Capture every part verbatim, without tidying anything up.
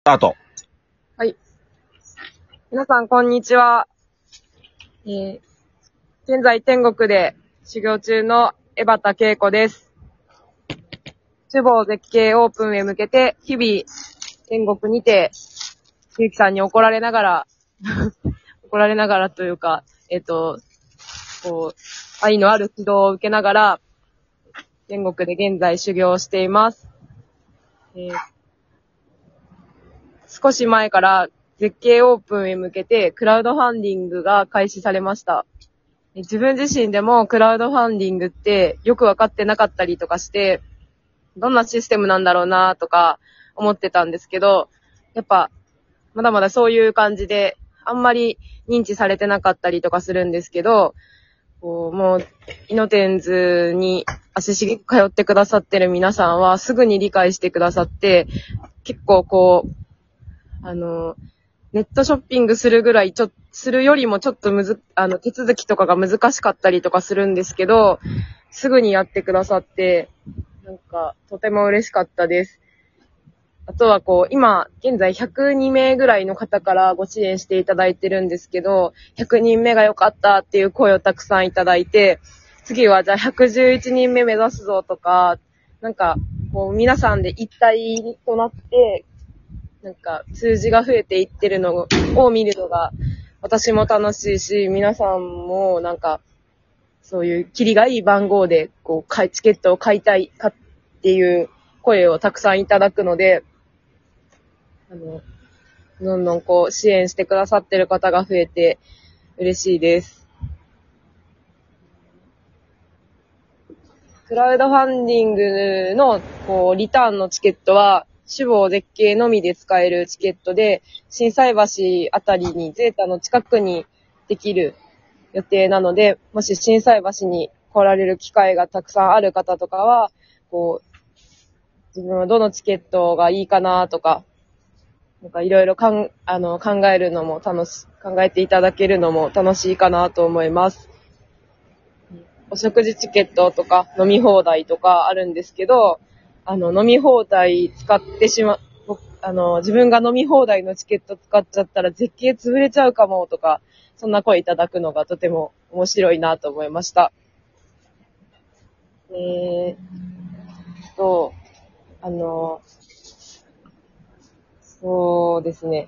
タート。 はい。皆さん、こんにちは。えー、現在、天国で修行中の江端恵子です。厨房絶景オープンへ向けて、日々、天国にて、ゆうきさんに怒られながら、怒られながらというか、えっと、こう、愛のある指導を受けながら、天国で現在修行をしています。えー、少し前から絶景オープンへ向けて、クラウドファンディングが開始されました。自分自身でもクラウドファンディングってよくわかってなかったりとかして、どんなシステムなんだろうなとか思ってたんですけど、やっぱまだまだそういう感じであんまり認知されてなかったりとかするんですけど、こうもうイノテンズに足しげく通ってくださってる皆さんはすぐに理解してくださって、結構こう、あの、ネットショッピングするぐらいちょっと、するよりもちょっとむず、あの、手続きとかが難しかったりとかするんですけど、すぐにやってくださって、なんか、とても嬉しかったです。あとはこう、今、現在ひゃくにめいぐらいの方からご支援していただいてるんですけど、ひゃくにんめが良かったっていう声をたくさんいただいて、次はじゃあひゃくじゅういちにんめ目指すぞとか、なんか、こう、皆さんで一体となって、なんか数字が増えていってるのを見るのが私も楽しいし、皆さんもなんかそういうキリがいい番号でこう買いチケットを買いたいかっていう声をたくさんいただくので、あのどんどんこう支援してくださってる方が増えて嬉しいです。クラウドファンディングのこうリターンのチケットは主房絶景のみで使えるチケットで、心斎橋あたりにゼータの近くにできる予定なので、もし心斎橋に来られる機会がたくさんある方とかは、こう、自分はどのチケットがいいかなとか、なんかいろいろかん、あの、考えるのも楽し、考えていただけるのも楽しいかなと思います。お食事チケットとか飲み放題とかあるんですけど、あの、飲み放題使ってしま、あの、自分が飲み放題のチケット使っちゃったら絶景潰れちゃうかもとか、そんな声いただくのがとても面白いなと思いました。えーと、あの、そうですね。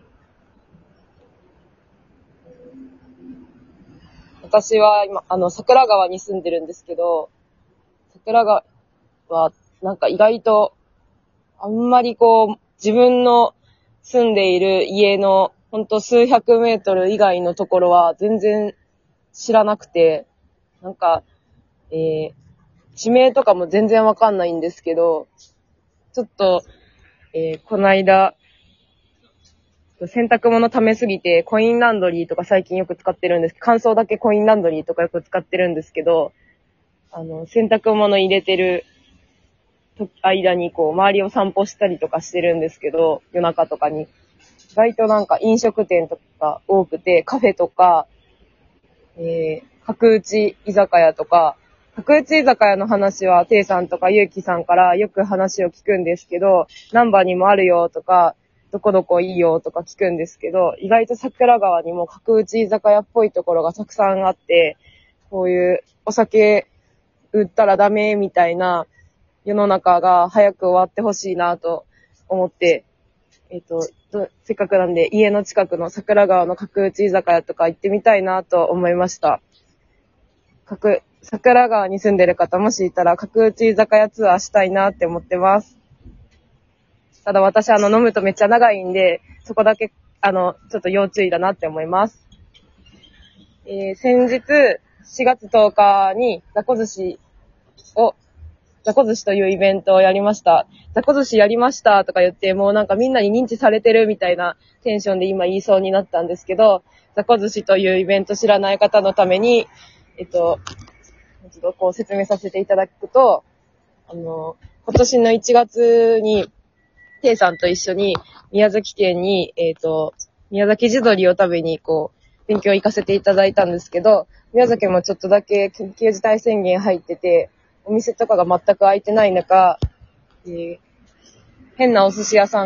私は今、あの、桜川に住んでるんですけど、桜川はなんか意外とあんまりこう、自分の住んでいる家のほんと数百メートル以外のところは全然知らなくて、なんか、えー、地名とかも全然わかんないんですけど、ちょっと、えー、この間、洗濯物溜めすぎてコインランドリーとか最近よく使ってるんですけど、乾燥だけコインランドリーとかよく使ってるんですけど、あの、洗濯物入れてる間にこう、周りを散歩したりとかしてるんですけど、夜中とかに。意外となんか飲食店とか多くて、カフェとか、えー、角打ち居酒屋とか、角打ち居酒屋の話は、ていさんとかゆうきさんからよく話を聞くんですけど、ナンバーにもあるよとか、どこどこいいよとか聞くんですけど、意外と桜川にも角打ち居酒屋っぽいところがたくさんあって、こういうお酒売ったらダメみたいな世の中が早く終わってほしいなと思って、えっと、せっかくなんで家の近くの桜川の角打ち居酒屋とか行ってみたいなと思いました。角、桜川に住んでる方もしいたら角打ち居酒屋ツアーしたいなって思ってます。ただ私あの飲むとめっちゃ長いんで、そこだけあの、ちょっと要注意だなって思います。えー、先日しがつとおかにザコ寿司をザコ寿司というイベントをやりました。ザコ寿司やりましたとか言って、もうなんかみんなに認知されてるみたいなテンションで今言いそうになったんですけど、ザコ寿司というイベント知らない方のために、えっと、ちょっとこう説明させていただくと、あの、今年のいちがつに、テイさんと一緒に宮崎県に、えっと、宮崎地鶏を食べにこう、勉強行かせていただいたんですけど、宮崎もちょっとだけ緊急事態宣言入ってて、お店とかが全く開いてない中、えー、変なお寿司屋さんが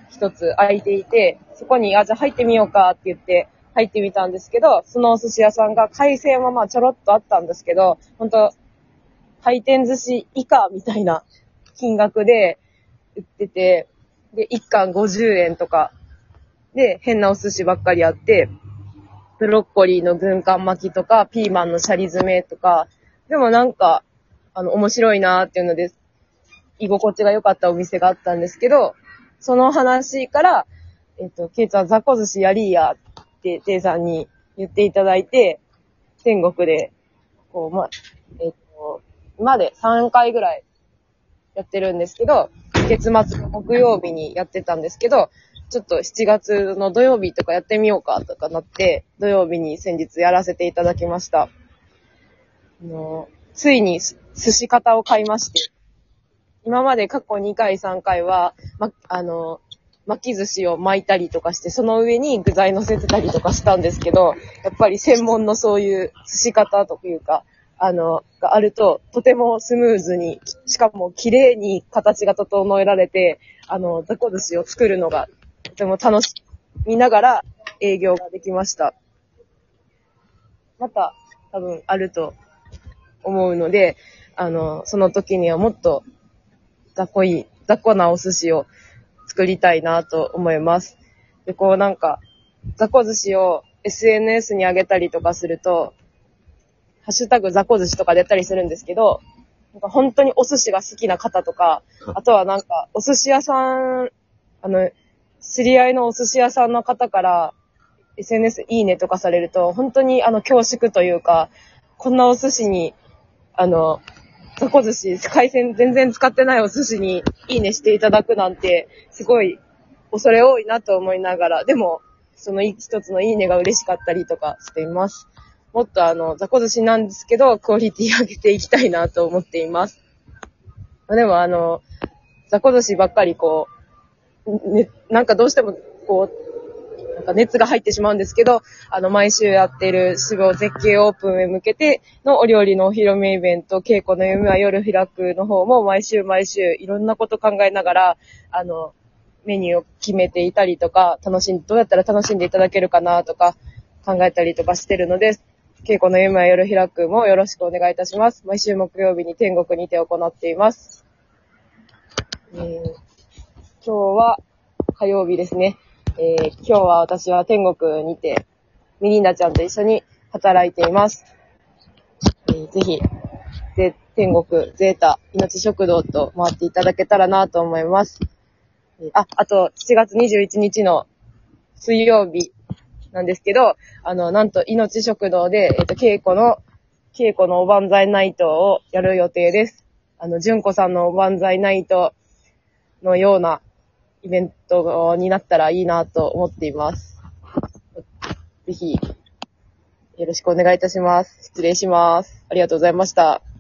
一つ空いていて、そこに、あ、じゃあ入ってみようかって言って入ってみたんですけど、そのお寿司屋さんが海鮮はまあちょろっとあったんですけど、ほんと、回転寿司以下みたいな金額で売ってて、で、一貫ごじゅうえんとか、で、変なお寿司ばっかりあって、ブロッコリーの軍艦巻きとか、ピーマンのシャリ詰めとか、でもなんか、あの、面白いなーっていうので、居心地が良かったお店があったんですけど、その話から、えっと、ケイちゃん雑魚寿司やりーやってテイさんに言っていただいて、天国で、こう、ま、えっと、今までさんかいぐらいやってるんですけど、月末の木曜日にやってたんですけど、ちょっとしちがつの土曜日とかやってみようかとかなって、土曜日に先日やらせていただきました。あの、ついに寿司型を買いまして、今まで過去にかいさんかいは、ま、あの、巻き寿司を巻いたりとかして、その上に具材乗せてたりとかしたんですけど、やっぱり専門のそういう寿司型というか、あの、があると、とてもスムーズに、しかも綺麗に形が整えられて、あの、雑魚寿司を作るのがとても楽しみながら営業ができました。また、多分あると思うので、あの、その時にはもっと雑魚い、雑魚なお寿司を作りたいなと思います。で、こうなんか、雑魚寿司を エスエヌエス に上げたりとかすると、ハッシュタグ雑魚寿司とかでやったりするんですけど、なんか本当にお寿司が好きな方とか、あとはなんかお寿司屋さん、あの、知り合いのお寿司屋さんの方から エスエヌエス いいねとかされると、本当にあの恐縮というか、こんなお寿司に、あの、雑魚寿司、海鮮全然使ってないお寿司にいいねしていただくなんて、すごい恐れ多いなと思いながら、でも、その一つのいいねが嬉しかったりとかしています。もっとあの、雑魚寿司なんですけど、クオリティ上げていきたいなと思っています。でもあの、雑魚寿司ばっかりこう、ね、なんかどうしてもこう、なんか熱が入ってしまうんですけど、あの、毎週やってる志望絶景オープンへ向けてのお料理のお披露目イベント、稽古の夢は夜開くの方も毎週毎週いろんなこと考えながら、あの、メニューを決めていたりとか、楽しん、どうやったら楽しんでいただけるかなとか考えたりとかしてるので、稽古の夢は夜開くもよろしくお願いいたします。毎週木曜日に天国にて行っています。えー、今日は火曜日ですね。えー、今日は私は天国にてミリンダちゃんと一緒に働いています。えー、ぜひ、ぜ天国、ゼータ、命食堂と回っていただけたらなと思います。えー、あ、あとしちがつにじゅういちにちの水曜日なんですけど、あの、なんと命食堂で、えっと、稽古の、稽古のおばんざいナイトをやる予定です。あの、純子さんのおばんざいナイトのようなイベントになったらいいなと思っています。ぜひ、よろしくお願いいたします。失礼します。ありがとうございました。